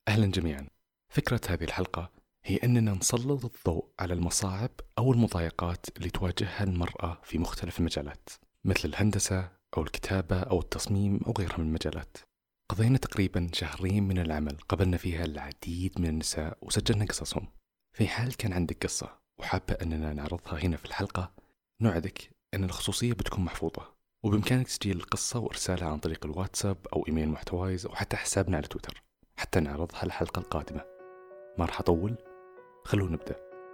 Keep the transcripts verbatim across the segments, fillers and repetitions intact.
أهلا جميعا. فكرة هذه الحلقة هي أننا نسلط الضوء على المصاعب أو المضايقات اللي تواجهها المرأة في مختلف المجالات، مثل الهندسة أو الكتابة أو التصميم أو غيرها من المجالات. قضينا تقريبا شهرين من العمل قابلنا فيها العديد من النساء وسجلنا قصصهم. في حال كان عندك قصة وحابة أننا نعرضها هنا في الحلقة، نوعدك أن الخصوصية بتكون محفوظة، وبإمكانك تسجيل القصة وإرسالها عن طريق الواتساب أو إيميل محتوايز أو حتى حسابنا على تويتر حتى نعرضها الحلقة القادمة. ما راح أطول، خلونا نبدأ.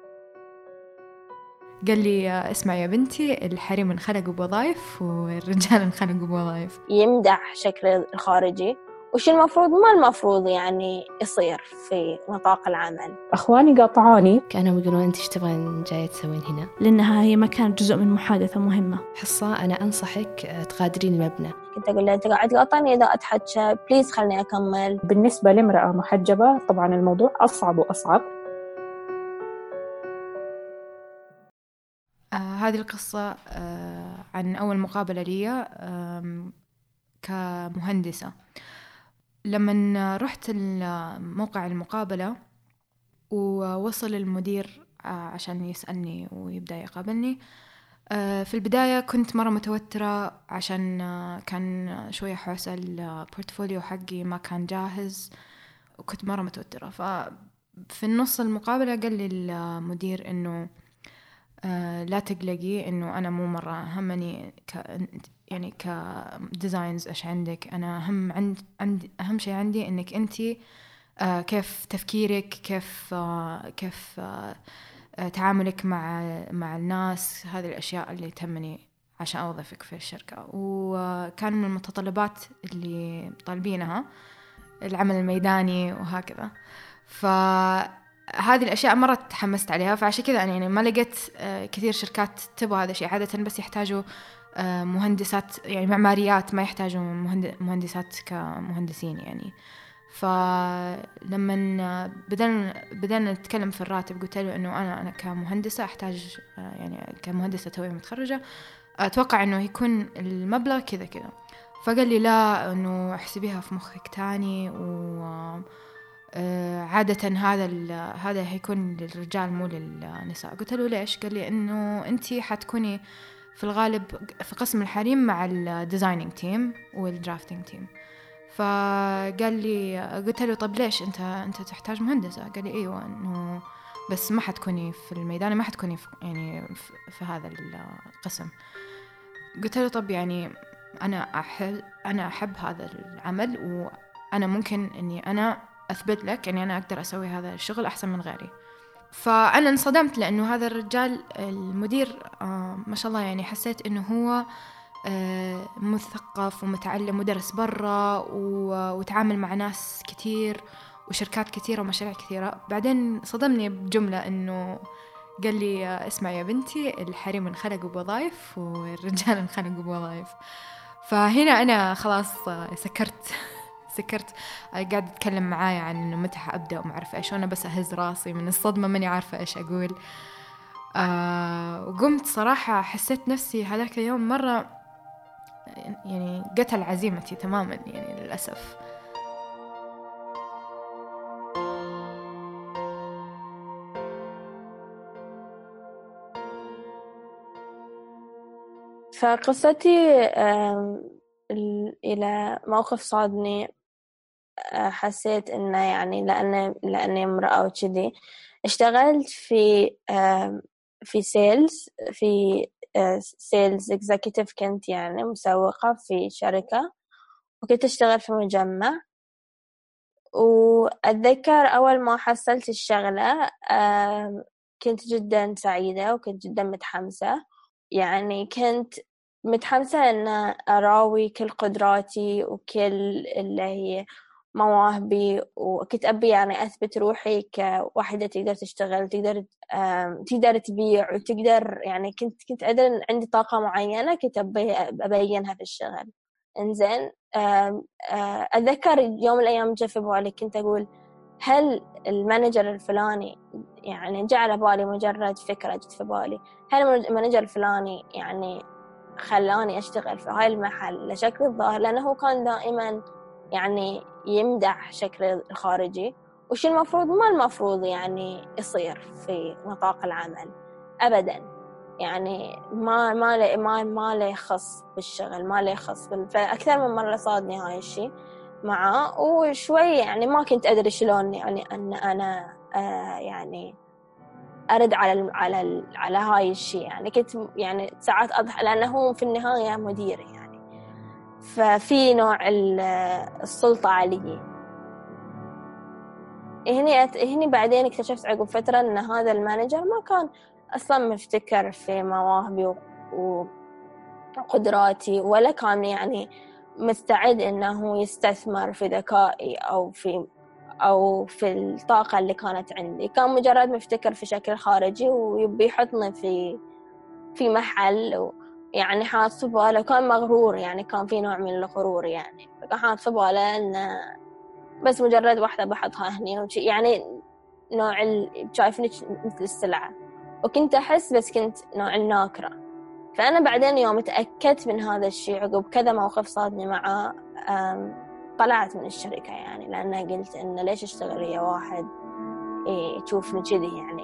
قال لي اسمع يا بنتي، الحريم انخلقوا بوظائف والرجال انخلقوا بوظائف. يمدح شكل الخارجي وش المفروض ما المفروض يعني يصير في نطاق العمل. أخواني قاطعوني، كانوا يقولون أنت إيش تبغين جاية تسوين هنا، لأنها هي ما كانت جزء من محادثة مهمة. حصة أنا أنصحك تغادرين المبنى. كنت أقول لها أنت قاعد تقاطعني إذا أتحكى بليز خلني أكمل. بالنسبة لامرأة محجبة طبعا الموضوع أصعب وأصعب. آه هذه القصة آه عن أول مقابلة لي آه كمهندسة. لما رحت موقع المقابلة ووصل المدير آه عشان يسألني ويبدأ يقابلني، آه في البداية كنت مرة متوترة عشان آه كان شوية حوسة، البورتفوليو حقي ما كان جاهز وكنت مرة متوترة. ففي النص المقابلة قال لي المدير إنه آه لا تقلقي، إنه أنا مو مرة همني ك يعني كديزاينز إيش عندك، أنا أهم عند عند أهم شيء عندي إنك أنتي آه كيف تفكيرك، كيف آه كيف آه تعاملك مع مع الناس، هذه الأشياء اللي تهمني عشان أوظفك في الشركة. وكان من المتطلبات اللي طالبينها العمل الميداني وهكذا. فهذه الأشياء مرة تحمست عليها، فعشان كذا أنا يعني ما لقيت كثير شركات تبغى هذا الشيء. عادة بس يحتاجوا مهندسات يعني معماريات، ما يحتاجوا مهندسات كمهندسين يعني. فلما بدأنا بدأنا نتكلم في الراتب، قلت له إنه أنا أنا كمهندسة أحتاج يعني كمهندسة توي متخرجة أتوقع إنه يكون المبلغ كذا كذا. فقال لي لا، إنه احسبيها في مخك تاني، وعادة هذا هذا هيكون للرجال مو للنساء. قلت له ليش؟ قال لي إنه أنتي حتكوني في الغالب في قسم الحريم مع الديزاينينج تيم والدرافتينج تيم. فقال لي، قلت له طب ليش انت انت تحتاج مهندسة؟ قال لي ايوه، انه بس ما حتكوني في الميدان، ما حتكوني في يعني في, في هذا القسم. قلت له طب يعني انا احب انا احب هذا العمل، وانا ممكن اني انا اثبت لك اني انا اقدر اسوي هذا الشغل احسن من غيري. فانا انصدمت لانه هذا الرجال المدير آه ما شاء الله، يعني حسيت انه هو آه مثقف ومتعلم ودرس برا وتعامل مع ناس كتير وشركات كثيرة ومشاريع كثيرة. بعدين صدمني بجملة إنه قال لي اسمع يا بنتي، الحريم انخلقوا بوظائف والرجال انخلقوا بوظائف. فهنا أنا خلاص سكرت سكرت قاعد أتكلم معايا عن إنه متى حأبدأ وما أعرف إيش، وأنا بس أهز راسي من الصدمة ماني عارفة إيش أقول. آه وقمت صراحة حسيت نفسي هذاك اليوم مرة يعني قتل عزيمتي تماما يعني للأسف. فقصتي إلى موقف صادني، حسيت إنه يعني لأن لأني امرأة وكذي اشتغلت في في سيلز في سيلز إكزيكتيف، كنت يعني مسوقة في شركة وكنت أشتغل في مجمع. وأتذكر أول ما حصلت الشغلة كنت جدا سعيدة وكنت جدا متحمسة، يعني كنت متحمسة أن أراوي كل قدراتي وكل اللي هي مواهبي، وكنت أبي يعني أثبت روحي كواحدة تقدر تشتغل، تقدر تقدر تبيع وتقدر يعني كنت كنت أدري عندي طاقة معينة كنت أبي أبينها في الشغل. إنزين أتذكر يوم من الأيام جاء في بالي، كنت أقول هل المانجر الفلاني يعني جعل بالي مجرد فكرة جت في بالي، هل المانجر الفلاني يعني خلاني أشتغل في هاي المحل لشكل الظاهر، لأنه هو كان دائما يعني يمدح شكل الخارجي وش المفروض ما المفروض يعني يصير في نطاق العمل أبدا. يعني ما ما له ما ما له يخص بالشغل، ما له يخص بال... فأكثر من مرة صادني هاي الشيء معه، وشوي يعني ما كنت أدري شلون يعني أن أنا آه يعني أرد على ال على ال على هاي الشيء. يعني كنت يعني ساعات أضحك لأنه هو في النهاية مديري يعني، ففي نوع السلطة علي. هني أت... هني بعدين اكتشفت عقب فترة أن هذا المانجر ما كان أصلاً مفتكر في مواهبي و... وقدراتي، ولا كان يعني مستعد أنه يستثمر في ذكائي أو في أو في الطاقة اللي كانت عندي. كان مجرد مفتكر في شكل خارجي ويبي يحطني في في محل و... يعني حاط في باله، كان مغرور يعني، كان في نوع من الغرور يعني. فكان حاط في باله أن بس مجرد واحدة بحطها هني وشي، يعني نوع ال... شايفني مثل السلعة، وكنت أحس بس كنت نوع الناكرة. فأنا بعدين يوم تأكدت من هذا الشيء عقب كذا موقف صادني معه طلعت من الشركة يعني، لأنه قلت إنه ليش أشتغل ويا واحد يشوفني كذي يعني.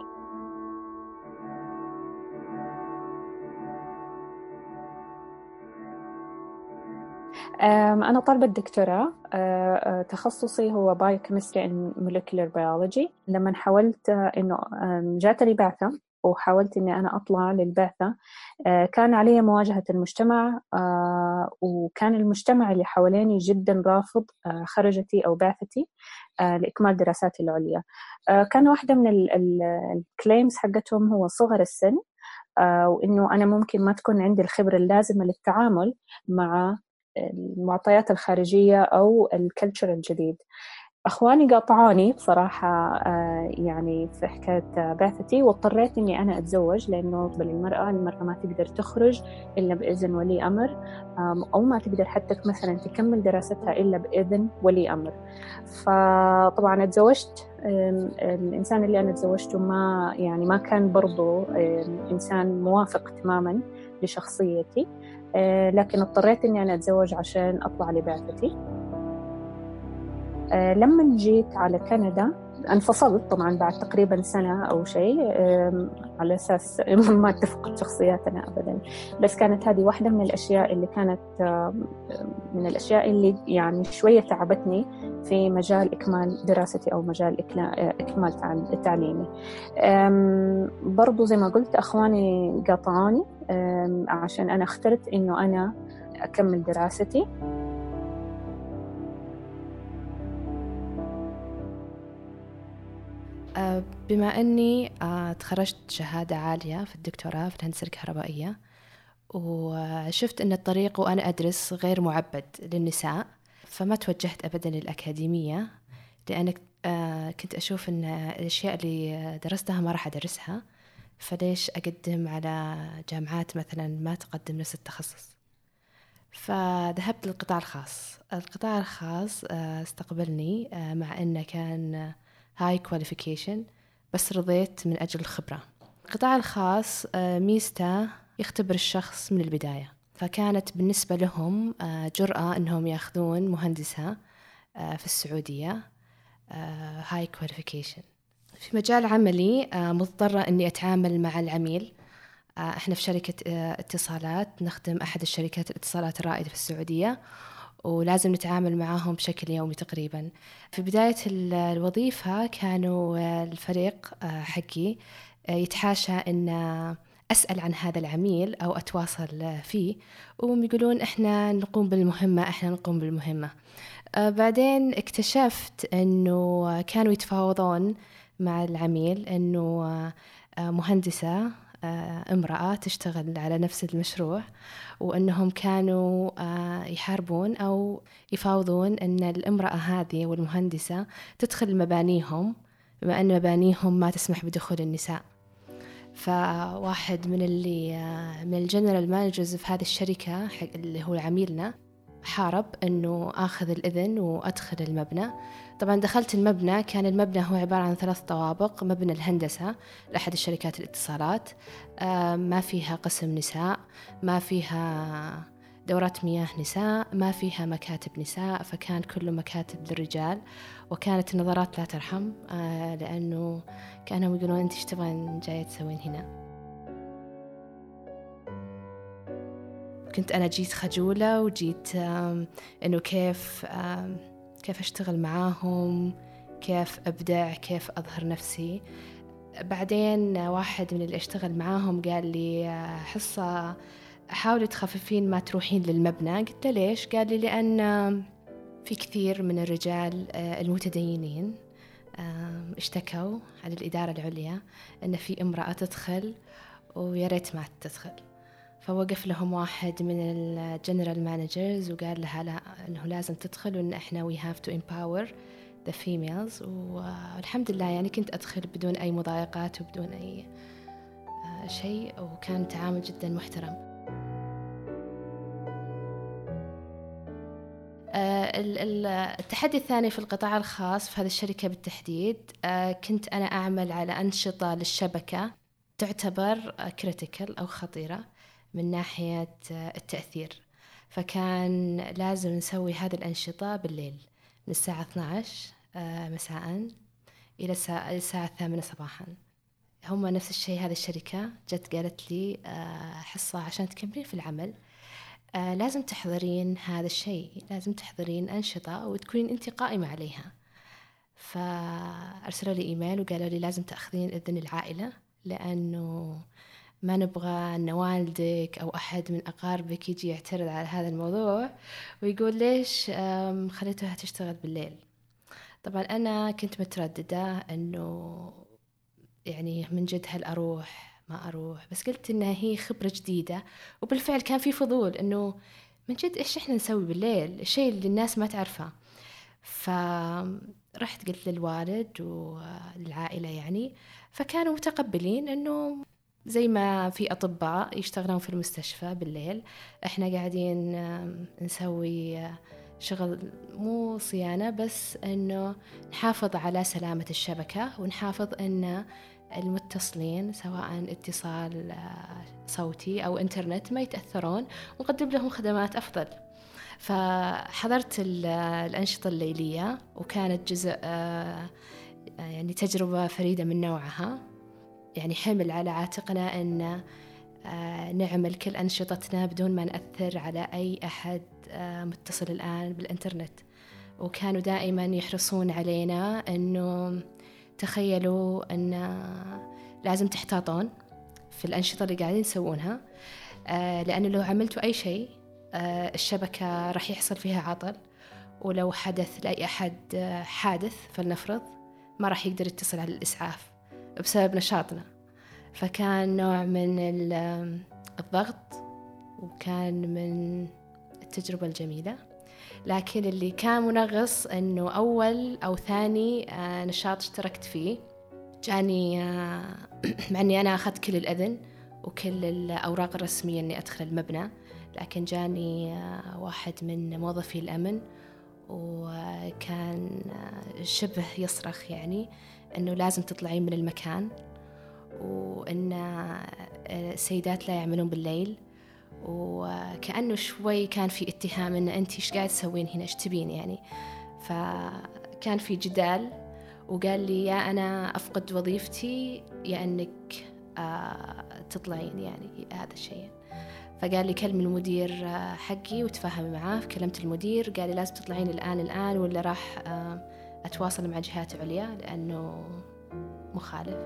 أنا طالبة دكتوراه، تخصصي هو بايوكيمستري اند موليكولر بيولوجي. لما حاولت إنه جاتني بعثة وحاولت إني أنا أطلع للبعثة، كان علي مواجهة المجتمع، وكان المجتمع اللي حواليني جدا رافض خرجتي أو بعثتي لإكمال دراساتي العليا. كان واحدة من الكليمز حقتهم هو صغر السن، وإنه أنا ممكن ما تكون عندي الخبرة اللازمة للتعامل مع المعطيات الخارجية أو الكلتشر الجديد. أخواني قاطعوني بصراحة يعني في حكاية بعثتي، واضطريت إني أنا أتزوج، لأنه بالمرأة المرأة ما تقدر تخرج إلا بإذن ولي أمر، أو ما تقدر حتى مثلا تكمل دراستها إلا بإذن ولي أمر. فطبعا اتزوجت. الإنسان اللي أنا تزوجته ما يعني ما كان برضو إنسان موافق تماما لشخصيتي، لكن اضطريت إني أنا أتزوج عشان أطلع لبعثتي. لما جيت على كندا انفصلت طبعا بعد تقريبا سنة أو شيء، على أساس ما اتفقت شخصياتنا أبدا، بس كانت هذه واحدة من الأشياء اللي كانت من الأشياء اللي يعني شوية تعبتني في مجال إكمال دراستي أو مجال إكمال تعليمي. برضو زي ما قلت أخواني قاطعوني عشان أنا اخترت إنه أنا أكمل دراستي. بما أني تخرجت شهادة عالية في الدكتوراه في الهندسة الكهربائية، وشفت أن الطريق وأنا أدرس غير معبد للنساء، فما توجهت أبدا للأكاديمية، لأن كنت أشوف أن الأشياء اللي درستها ما راح أدرسها، فليش أقدم على جامعات مثلا ما تقدم نفس التخصص. فذهبت للقطاع الخاص. القطاع الخاص استقبلني مع أنه كان هاي كواليفيكيشن، بس رضيت من أجل الخبرة. القطاع الخاص ميزته يختبر الشخص من البداية، فكانت بالنسبة لهم جرأة أنهم يأخذون مهندسة في السعودية هاي كواليفيكيشن. في مجال عملي مضطرة أني أتعامل مع العميل. إحنا في شركة اتصالات نخدم أحد الشركات الاتصالات الرائدة في السعودية، ولازم نتعامل معاهم بشكل يومي تقريبا. في بداية الوظيفة كانوا الفريق حقي يتحاشى أن أسأل عن هذا العميل أو أتواصل فيه، وهم يقولون إحنا نقوم بالمهمة إحنا نقوم بالمهمة. بعدين اكتشفت أنه كانوا يتفاوضون مع العميل أنه مهندسة امرأة تشتغل على نفس المشروع، وأنهم كانوا يحاربون أو يفاوضون أن الامرأة هذه والمهندسة تدخل مبانيهم، بما أن مبانيهم ما تسمح بدخول النساء. فواحد من اللي من الجنرال مانجرز في هذه الشركة اللي هو عميلنا حارب أنه أخذ الإذن وأدخل المبنى. طبعا دخلت المبنى، كان المبنى هو عبارة عن ثلاث طوابق، مبنى الهندسة لأحد الشركات الاتصالات، ما فيها قسم نساء، ما فيها دورات مياه نساء، ما فيها مكاتب نساء، فكان كله مكاتب للرجال، وكانت النظرات لا ترحم آه لأنه كانوا يقولون أنت إيش تبغين جاية تسوين هنا. كنت أنا جيت خجولة، وجيت إنه كيف كيف أشتغل معاهم، كيف أبدع، كيف أظهر نفسي. بعدين واحد من اللي أشتغل معاهم قال لي حصة حاولي تخففين ما تروحين للمبنى. قلت له ليش؟ قال لي لأن في كثير من الرجال المتدينين اشتكوا على الإدارة العليا أن في امرأة تدخل وياريت ما تدخل. فوقف لهم واحد من الجنرال مانجرز وقال لها لا، أنه لازم تدخل، وأن إحنا we have to empower the females. والحمد لله يعني كنت أدخل بدون أي مضايقات وبدون أي شيء، وكان تعامل جدا محترم. التحدي الثاني في القطاع الخاص في هذه الشركة بالتحديد، كنت أنا أعمل على أنشطة للشبكة تعتبر كريتيكال أو خطيرة من ناحية التأثير، فكان لازم نسوي هذه الأنشطة بالليل من الساعة اثنتي عشرة مساء إلى الساعة الثامنة صباحا. هم نفس الشيء، هذه الشركة جت قالت لي حصة عشان تكملين في العمل لازم تحضرين هذا الشيء، لازم تحضرين أنشطة وتكونين أنت قائمة عليها. فأرسلوا لي إيميل وقالوا لي لازم تأخذين إذن العائلة، لأنه ما نبغى أن والدك أو أحد من أقاربك يجي يعترض على هذا الموضوع ويقول ليش خليتها تشتغل بالليل. طبعا أنا كنت مترددة أنه يعني من جد هل أروح ما أروح، بس قلت إنها هي خبرة جديدة، وبالفعل كان في فضول إنه من جد إيش إحنا نسوي بالليل، الشيء اللي الناس ما تعرفه. فرحت قلت للوالد والعائلة يعني، فكانوا متقبلين إنه زي ما في أطباء يشتغلون في المستشفى بالليل، إحنا قاعدين نسوي شغل مو صيانة، بس إنه نحافظ على سلامة الشبكة ونحافظ إن المتصلين سواء اتصال صوتي أو إنترنت ما يتأثرون، ونقدم لهم خدمات أفضل. فحضرت الأنشطة الليلية، وكانت جزء يعني تجربة فريدة من نوعها، يعني حمل على عاتقنا أن نعمل كل أنشطتنا بدون ما نأثر على أي أحد متصل الآن بالإنترنت. وكانوا دائما يحرصون علينا أنه تخيلوا أن لازم تحتاطون في الأنشطة اللي قاعدين يسوونها، لأنه لو عملتوا أي شيء الشبكة راح يحصل فيها عطل، ولو حدث لأي أحد حادث فلنفرض ما راح يقدر يتصل على الإسعاف بسبب نشاطنا. فكان نوع من الضغط وكان من التجربة الجميلة. لكن اللي كان منغص أنه أول أو ثاني نشاط اشتركت فيه جاني، مع أني أنا أخذت كل الأذن وكل الأوراق الرسمية أني أدخل المبنى، لكن جاني واحد من موظفي الأمن وكان شبه يصرخ يعني أنه لازم تطلعين من المكان، وأن السيدات لا يعملون بالليل، وكأنه شوي كان في اتهام أن أنت إيش قاعد تسوين هنا، إيش تبين يعني. فكان في جدال، وقال لي يا أنا أفقد وظيفتي يا أنك تطلعين يعني هذا الشيء. فقال لي كلم المدير حقي وتفاهم معاه. كلمت المدير قال لي لازم تطلعين الآن الآن ولا راح أتواصل مع جهات عليا لأنه مخالف.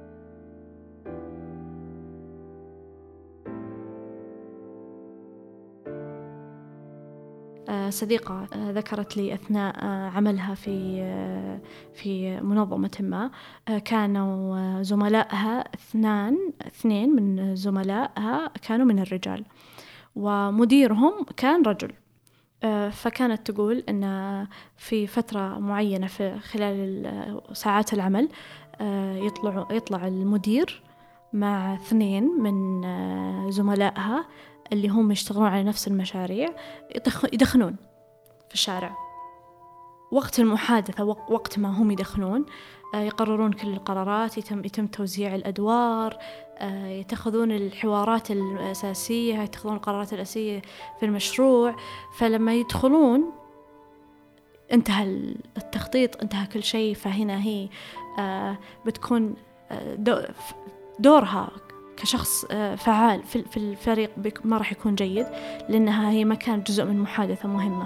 صديقة ذكرت لي أثناء عملها في في منظمة ما، كانوا زملائها اثنان اثنين من زملائها كانوا من الرجال، ومديرهم كان رجل. فكانت تقول أن في فترة معينة في خلال ساعات العمل يطلع يطلع المدير مع اثنين من زملائها اللي هم يشتغلون على نفس المشاريع، يدخنون في الشارع. وقت المحادثة وقت ما هم يدخلون يقررون كل القرارات، يتم يتم توزيع الأدوار، يتخذون الحوارات الأساسية، يتخذون القرارات الأساسية في المشروع. فلما يدخلون انتهى التخطيط، انتهى كل شيء. فهنا هي بتكون دورها كشخص فعال في الفريق ما راح يكون جيد، لأنها هي ما كانت جزء من محادثة مهمة.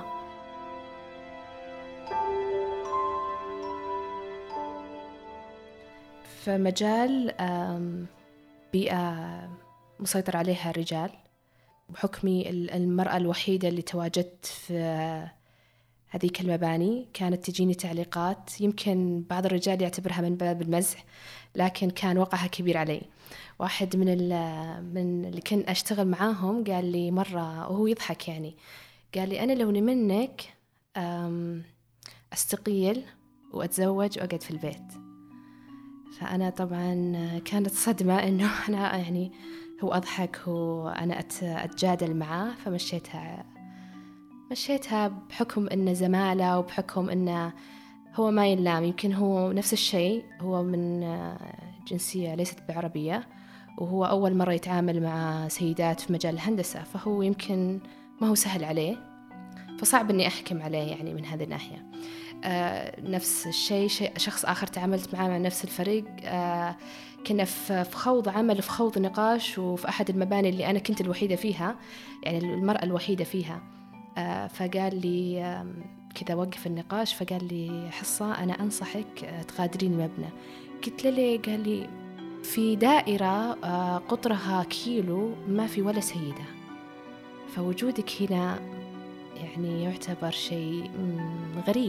فمجال بيئة مسيطر عليها الرجال، بحكمي المرأة الوحيدة اللي تواجدت في هذيك المباني، كانت تجيني تعليقات يمكن بعض الرجال يعتبرها من باب المزح، لكن كان وقعها كبير علي. واحد من من اللي كنت أشتغل معاهم قال لي مرة وهو يضحك يعني، قال لي أنا لو منك أستقيل وأتزوج وأقعد في البيت. فأنا طبعا كانت صدمة إنه أنا يعني هو أضحك، هو أنا أتجادل معاه. فمشيتها مشيتها بحكم إنه زمالة، وبحكم إنه هو ما ينلام. يمكن هو نفس الشيء، هو من جنسية ليست بعربية، وهو أول مرة يتعامل مع سيدات في مجال الهندسة، فهو يمكن ما هو سهل عليه، فصعب إني أحكم عليه يعني من هذه الناحية. آه نفس الشيء شخص آخر تعاملت معه مع نفس الفريق، آه كنا في خوض عمل، في خوض نقاش، وفي أحد المباني اللي أنا كنت الوحيدة فيها، يعني المرأة الوحيدة فيها. آه فقال لي آه كذا وقف النقاش، فقال لي حصة أنا أنصحك آه تغادرين المبنى. قلت له ليه؟ قال لي في دائرة آه قطرها كيلو ما في ولا سيدة، فوجودك هنا يعني يعتبر شيء غريب.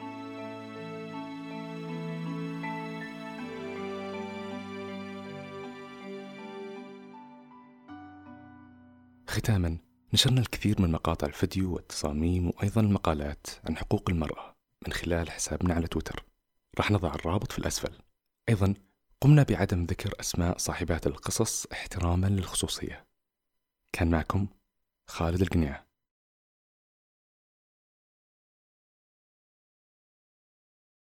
ختاما، نشرنا الكثير من مقاطع الفيديو والتصاميم وأيضا المقالات عن حقوق المرأة من خلال حسابنا على تويتر، راح نضع الرابط في الأسفل. أيضا قمنا بعدم ذكر أسماء صاحبات القصص احتراما للخصوصية. كان معكم خالد القنيع.